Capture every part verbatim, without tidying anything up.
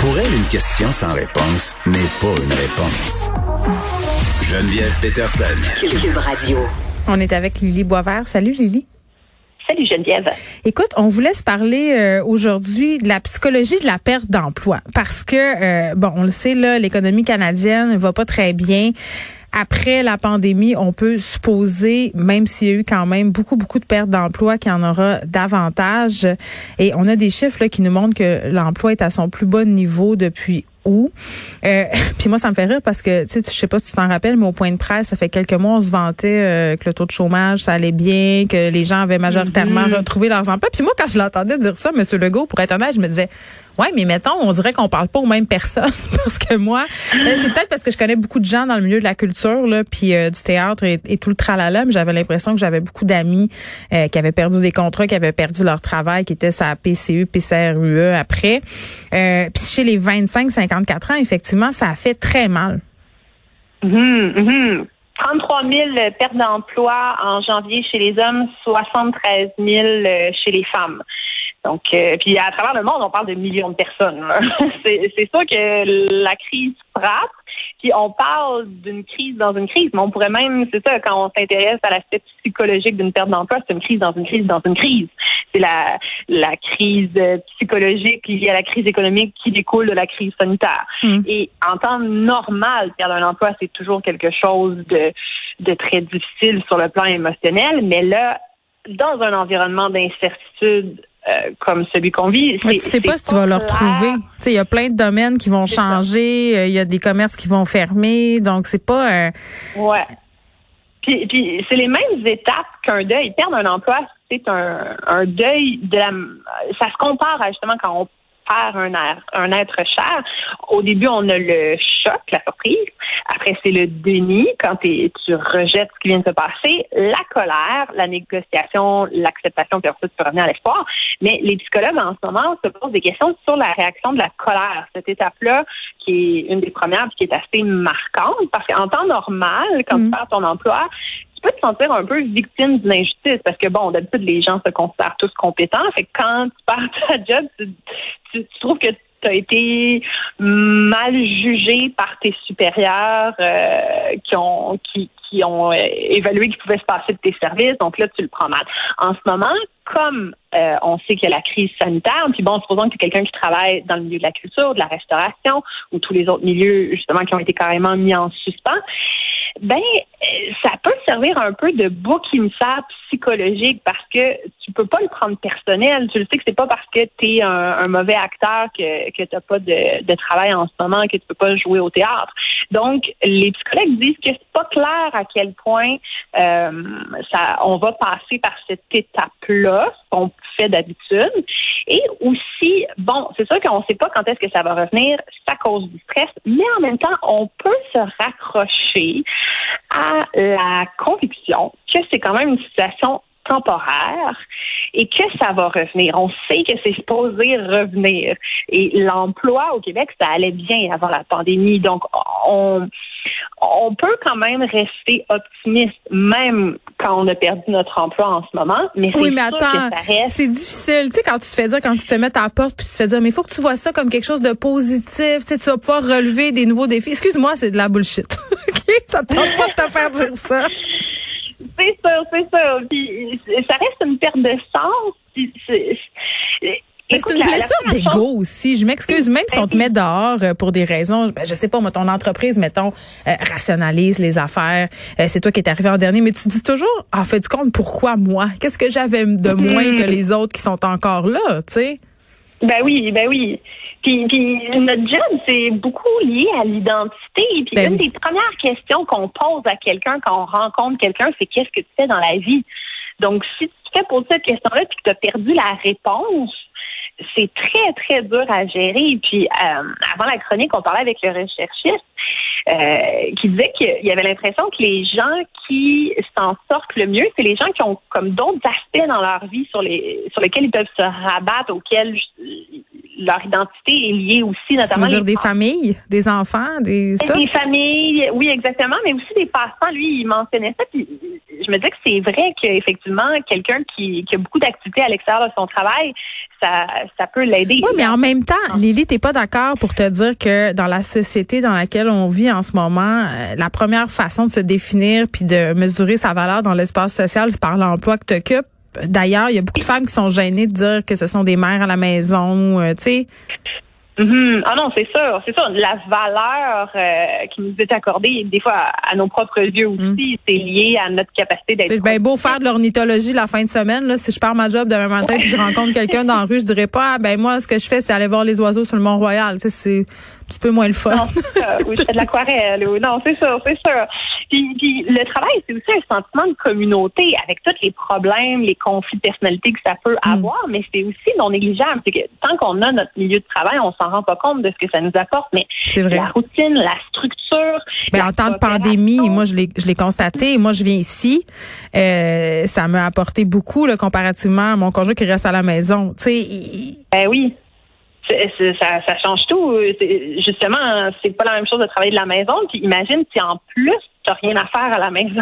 Pour elle, une question sans réponse n'est pas une réponse. Geneviève Peterson. Cube Radio. On est avec Lily Boisvert. Salut Lily. Salut Geneviève. Écoute, on vous laisse parler euh, aujourd'hui de la psychologie de la perte d'emploi parce que, euh, bon, on le sait, là, l'économie canadienne ne va pas très bien. Après la pandémie, on peut supposer, même s'il y a eu quand même beaucoup, beaucoup de pertes d'emploi, qu'il y en aura davantage. Et on a des chiffres là, qui nous montrent que l'emploi est à son plus bas niveau depuis août. Euh, puis moi, ça me fait rire parce que, tu sais, je sais pas si tu t'en rappelles, mais au point de presse, ça fait quelques mois, on se vantait euh, que le taux de chômage, ça allait bien, que les gens avaient majoritairement mm-hmm. retrouvé leurs emplois. Puis moi, quand je l'entendais dire ça, M. Legault, pour être honnête, je me disais, ouais, mais mettons, on dirait qu'on parle pas aux mêmes personnes parce que moi, ben, c'est peut-être parce que je connais beaucoup de gens dans le milieu de la culture là, puis euh, du théâtre et, et tout le tralala, mais j'avais l'impression que j'avais beaucoup d'amis euh, qui avaient perdu des contrats, qui avaient perdu leur travail, qui étaient sa P C U, P C R U E après. Euh, puis chez les vingt-cinq cinquante-quatre ans, effectivement, ça a fait très mal. Mmh, mmh. trente-trois mille pertes d'emploi en janvier chez les hommes, soixante-treize mille chez les femmes. Donc, euh, puis à travers le monde, on parle de millions de personnes. c'est, c'est sûr que la crise frappe. Puis on parle d'une crise dans une crise, mais on pourrait même, c'est ça, quand on s'intéresse à l'aspect psychologique d'une perte d'emploi, c'est une crise dans une crise dans une crise. C'est la la crise psychologique liée à la crise économique qui découle de la crise sanitaire. Mmh. Et en temps normal, perdre un emploi, c'est toujours quelque chose de de très difficile sur le plan émotionnel, mais là, dans un environnement d'incertitude Euh, comme celui qu'on vit. C'est, tu sais pas, pas si tu vas le retrouver. Tu sais, il y a plein de domaines qui vont c'est changer, il y a des commerces qui vont fermer, donc c'est pas... Euh... Ouais. Puis, puis c'est les mêmes étapes qu'un deuil. Perdre un emploi, c'est un, un deuil de la... Ça se compare à justement quand on perd un, air, un être cher. Au début, on a le choc, la surprise. Après, c'est le déni, quand tu rejettes ce qui vient de se passer. La colère, la négociation, l'acceptation, puis ensuite tu peux revenir à l'espoir. Mais les psychologues, en ce moment, se posent des questions sur la réaction de la colère. Cette étape-là, qui est une des premières, puis qui est assez marquante, parce qu'en temps normal, quand mmh. tu perds ton emploi, tu peux te sentir un peu victime d'une injustice parce que, bon, d'habitude, les gens se considèrent tous compétents. Fait que quand tu perds ta job, tu, tu, tu trouves que tu as été mal jugé par tes supérieurs euh, qui ont qui, qui ont euh, évalué qu'il pouvait se passer de tes services. Donc là, tu le prends mal. En ce moment, comme euh, on sait qu'il y a la crise sanitaire, puis bon, supposons que tu es quelqu'un qui travaille dans le milieu de la culture, de la restauration ou tous les autres milieux, justement, qui ont été carrément mis en suspens, ben ça peut servir un peu de bouc émissaire psychologique parce que tu peux pas le prendre personnel. Tu le sais que c'est pas parce que tu es un, un mauvais acteur que que t'as pas de, de travail en ce moment, que tu peux pas jouer au théâtre. Donc, les psychologues disent que c'est pas clair à quel point euh, ça on va passer par cette étape-là, ce qu'on fait d'habitude. Et aussi, bon, c'est sûr qu'on sait pas quand est-ce que ça va revenir, c'est à cause du stress, mais en même temps, on peut se raccrocher à la conviction que c'est quand même une situation temporaire et que ça va revenir. On sait que c'est supposé revenir. Et l'emploi au Québec, ça allait bien avant la pandémie. Donc, on, on peut quand même rester optimiste, même quand on a perdu notre emploi en ce moment. Mais c'est oui, mais sûr attends, que ça reste... c'est difficile. Tu sais, quand tu te fais dire, quand tu te mets à la porte, puis tu te fais dire, mais il faut que tu vois ça comme quelque chose de positif. Tu sais, tu vas pouvoir relever des nouveaux défis. Excuse-moi, c'est de la bullshit. OK? Ça te tente pas de te faire dire ça. C'est sûr, c'est sûr. Puis, ça reste une perte de sens. Puis, c'est, c'est, Écoute, c'est une blessure d'égo chose... aussi. Je m'excuse, même si on te met dehors pour des raisons, ben, je sais pas, moi, ton entreprise, mettons, euh, rationalise les affaires. Euh, c'est toi qui es arrivé en dernier, mais tu te dis toujours, en fait du compte, pourquoi moi? Qu'est-ce que j'avais de moins mmh. que les autres qui sont encore là, tu sais? Ben oui, ben oui. Puis, puis notre job, c'est beaucoup lié à l'identité. Puis ben une oui. des premières questions qu'on pose à quelqu'un quand on rencontre quelqu'un, c'est qu'est-ce que tu fais dans la vie? Donc, si tu te fais poser cette question-là puis que tu as perdu la réponse, c'est très, très dur à gérer. Puis, euh, avant la chronique, on parlait avec le recherchiste euh, qui disait qu'il y avait l'impression que les gens qui s'en sortent le mieux, c'est les gens qui ont comme d'autres aspects dans leur vie sur les sur lesquels ils peuvent se rabattre, auxquels leur identité est liée aussi, notamment... Tu veux dire les des familles, des enfants, des... Ça? Des familles, oui, exactement, mais aussi des passe-temps. Lui, il mentionnait ça, puis je me dis que c'est vrai qu'effectivement, quelqu'un qui, qui a beaucoup d'activités à l'extérieur de son travail, ça, ça peut l'aider. Oui, mais en même temps, Lily, t'es pas d'accord pour te dire que dans la société dans laquelle on vit en ce moment, euh, la première façon de se définir puis de mesurer sa valeur dans l'espace social, c'est par l'emploi que tu occupes. D'ailleurs, il y a beaucoup de femmes qui sont gênées de dire que ce sont des mères à la maison, euh, tu sais. Mm-hmm. Ah non, c'est sûr, c'est sûr. La valeur euh, qui nous est accordée, des fois à, à nos propres yeux aussi, mm. c'est lié à notre capacité d'être... C'est bien beau faire de l'ornithologie la fin de semaine. Là, si je pars ma job demain matin et que je rencontre quelqu'un dans la rue, je dirais pas, ah, ben moi, ce que je fais, c'est aller voir les oiseaux sur le Mont-Royal. Tu sais, c'est un petit peu moins le fun. Non, c'est ça. Oui, je fais de l'aquarelle. Oui. Non, c'est sûr, c'est sûr. Puis, puis le travail, c'est aussi un sentiment de communauté avec tous les problèmes, les conflits de personnalité que ça peut avoir, mm. mais c'est aussi non négligeable. C'est que tant qu'on a notre milieu de travail, on s'en rend pas compte de ce que ça nous apporte, mais c'est vrai. La routine, la structure. Ben, en temps de pandémie, moi, je l'ai, je l'ai constaté. Moi, je viens ici. Euh, ça m'a apporté beaucoup, là, comparativement à mon conjoint qui reste à la maison. Tu sais. Il... Ben oui. C'est, c'est, ça, ça change tout. C'est, justement, c'est pas la même chose de travailler de la maison. Puis imagine si en plus, tu n'as rien à faire à la maison.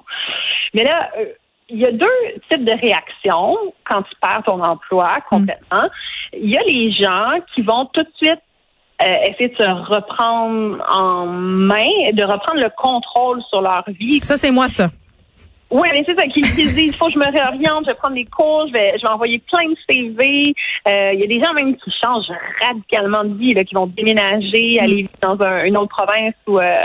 Mais là, il y a deux types de réactions quand tu perds ton emploi complètement. Il y a les gens qui vont tout de suite euh, essayer de se reprendre en main, de reprendre le contrôle sur leur vie. Ça, c'est moi, ça. Oui, mais c'est ça, qui se disent, il faut que je me réoriente, je vais prendre des cours, je vais, je vais envoyer plein de C V. Euh, il y a des gens même qui changent radicalement de vie, là, qui vont déménager, aller vivre dans un, une autre province ou euh,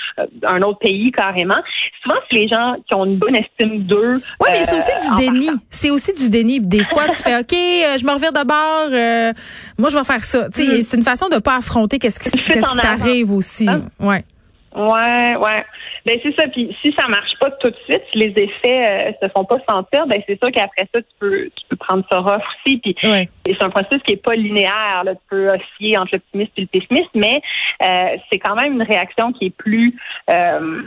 un autre pays carrément. Souvent, c'est les gens qui ont une bonne estime d'eux. Oui, mais euh, c'est aussi du déni. Partant. C'est aussi du déni. Des fois, tu fais, OK, je me revire de bord, euh, moi, je vais faire ça. Tu sais, mm. c'est une façon de pas affronter qu'est-ce qui, qu'est-ce qui t'arrive aussi. Hein? Ouais. Ouais, ouais. Ben c'est ça. Puis si ça marche pas tout de suite, si les effets euh, se font pas sentir, ben c'est sûr qu'après ça, tu peux, tu peux prendre ça rough aussi. Puis ouais. c'est un processus qui est pas linéaire. Là. Tu peux osciller entre l'optimisme et le pessimisme, mais euh, c'est quand même une réaction qui est plus euh,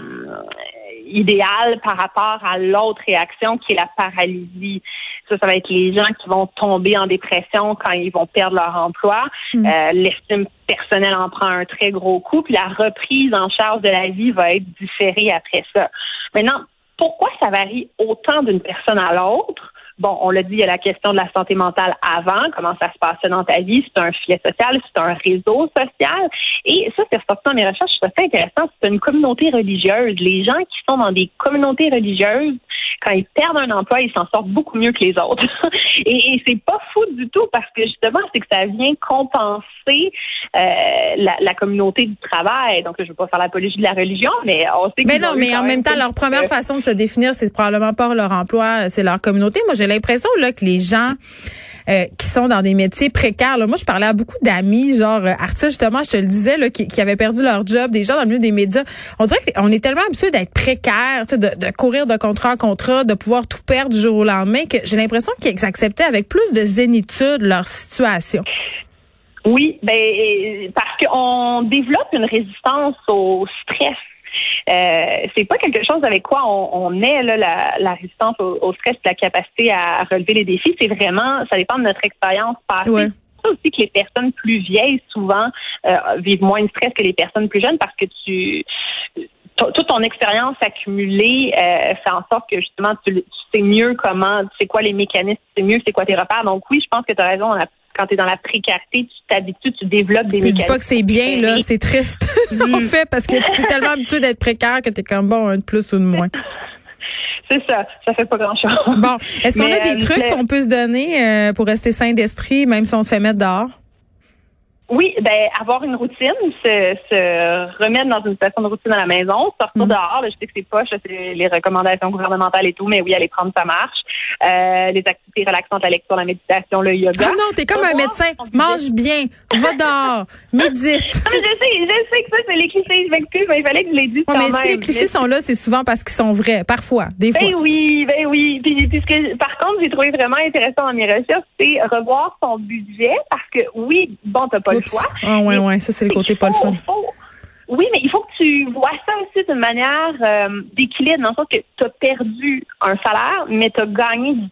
idéale par rapport à l'autre réaction qui est la paralysie. Ça, ça va être les gens qui vont tomber en dépression quand ils vont perdre leur emploi. Mmh. Euh, l'estime personnelle en prend un très gros coup, puis la reprise en charge de la vie va être différée après ça. Maintenant, pourquoi ça varie autant d'une personne à l'autre? Bon, on l'a dit, il y a la question de la santé mentale avant, comment ça se passait dans ta vie, c'est un filet social, c'est un réseau social. Et ça, c'est ressorti dans mes recherches, je trouve ça intéressant, c'est une communauté religieuse. Les gens qui sont dans des communautés religieuses, quand ils perdent un emploi, ils s'en sortent beaucoup mieux que les autres. et, et c'est pas fou du tout parce que justement, c'est que ça vient compenser euh, la, la communauté du travail. Donc, je veux pas faire l'apologie de la religion, mais on sait que... Mais non, mais en même temps, leur première euh, façon de se définir, c'est probablement pas leur emploi, c'est leur communauté. Moi, j'ai l'impression là que les gens euh, qui sont dans des métiers précaires, là, moi je parlais à beaucoup d'amis, genre euh, artistes justement, je te le disais, là, qui, qui avaient perdu leur job, des gens dans le milieu des médias. On dirait qu'on est tellement habitué d'être précaire, de, de courir de contrat en contrat, de pouvoir tout perdre du jour au lendemain, que j'ai l'impression qu'ils acceptaient avec plus de zénitude leur situation. Oui, ben parce qu'on développe une résistance au stress. Euh, c'est pas quelque chose avec quoi on, on est là, la, la résistance au, au stress, la capacité à relever les défis. C'est vraiment, ça dépend de notre expérience passée. Ouais. C'est aussi que les personnes plus vieilles souvent euh, vivent moins de stress que les personnes plus jeunes parce que tu toute ton expérience accumulée euh, fait en sorte que justement tu, tu sais mieux comment, tu sais quoi les mécanismes, tu sais mieux c'est quoi tes repères. Donc oui, je pense que tu as raison. La, quand tu es dans la précarité, tu t'habitues, tu développes des mécanismes. Je dis pas que c'est bien, là, c'est triste, en fait, parce que tu es tellement habitué d'être précaire que tu es comme bon, un de plus ou de moins. C'est ça, ça fait pas grand-chose. Bon, est-ce qu'on Mais, a des euh, trucs le... qu'on peut se donner euh, pour rester sain d'esprit, même si on se fait mettre dehors? Oui, ben avoir une routine, se, se remettre dans une situation de routine à la maison, sortir mmh. dehors. Là, je sais que c'est poche, c'est les recommandations gouvernementales et tout, mais oui, aller prendre ça marche. Euh, les activités relaxantes, la lecture, la méditation, le yoga. Ah non, t'es comme un médecin. Mange bien, va dehors, médite. Non, mais je sais, je sais que ça, c'est les clichés, je m'excuse, mais il fallait que je les dise quand mais même. Mais si les clichés sont là, c'est souvent parce qu'ils sont vrais, parfois, des fois. Ben oui, ben oui. Puis, puis ce que, par contre, j'ai trouvé vraiment intéressant dans mes recherches, c'est revoir son budget, parce que oui, bon, t'as pas Oups. le choix. Ah ouais, ouais, ça c'est le côté pas le fun. Faut, oui, mais il faut que tu vois ça aussi d'une manière euh, d'équilibre, dans le sens que tu as perdu un salaire, mais tu as gagné du temps.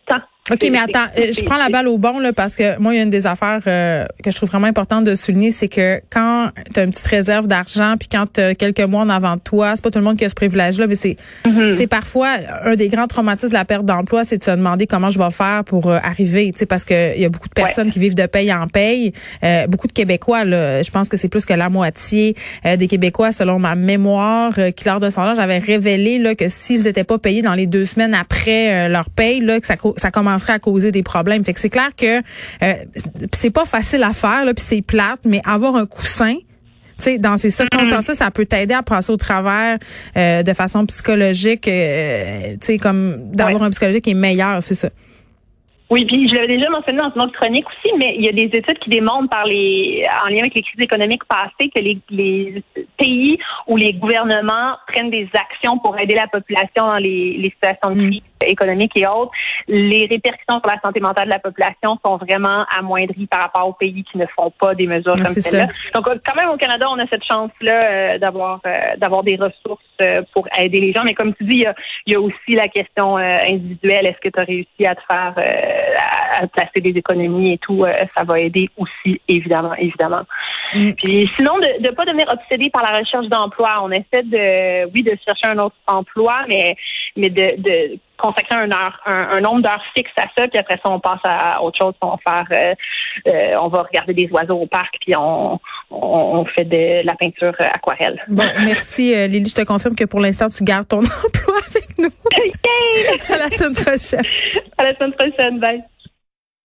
OK, mais attends, euh, je prends la balle au bon, là, parce que moi, il y a une des affaires euh, que je trouve vraiment importante de souligner, c'est que quand tu as une petite réserve d'argent, puis quand tu as quelques mois en avant de toi, c'est pas tout le monde qui a ce privilège-là, mais c'est, mm-hmm. tu sais, parfois, un des grands traumatismes de la perte d'emploi, c'est de se demander comment je vais faire pour euh, arriver, tu sais, parce que il y a beaucoup de personnes ouais. qui vivent de paye en paye, euh, beaucoup de Québécois, là, je pense que c'est plus que la moitié euh, des Québécois, selon ma mémoire, euh, qui lors de son âge avait révélé là que s'ils étaient pas payés dans les deux semaines après euh, leur paye, là, que ça, ça commencerait à causer des problèmes. Fait que c'est clair que euh, c'est pas facile à faire, là, puis c'est plate, mais avoir un coussin, tu sais, dans ces circonstances-là, ça peut t'aider à passer au travers euh, de façon psychologique, euh, tu sais, comme d'avoir ouais. un psychologique qui est meilleur, c'est ça. Oui, puis je l'avais déjà mentionné dans une autre chronique aussi, mais il y a des études qui démontrent par les, en lien avec les crises économiques passées, que les, les pays ou les gouvernements prennent des actions pour aider la population dans les, les situations de crise mmh. économique et autres. Les répercussions sur la santé mentale de la population sont vraiment amoindries par rapport aux pays qui ne font pas des mesures mmh, comme celle-là. Donc, quand même, au Canada, on a cette chance-là euh, d'avoir euh, d'avoir des ressources euh, pour aider les gens. Mais comme tu dis, il y a, il y a aussi la question euh, individuelle. Est-ce que tu as réussi à te faire euh, à placer des économies et tout, euh, ça va aider aussi, évidemment, évidemment. Mm. Puis sinon, de ne pas devenir obsédé par la recherche d'emploi. On essaie de, oui, de chercher un autre emploi, mais, mais de, de consacrer un, heure, un, un nombre d'heures fixes à ça, puis après ça, on passe à autre chose. On va faire, euh, euh, on va regarder des oiseaux au parc, puis on, on, on fait de la peinture aquarelle. Bon, merci euh, Lily. Je te confirme que pour l'instant, tu gardes ton emploi avec nous. Okay. À la semaine prochaine. À la semaine prochaine. Bye.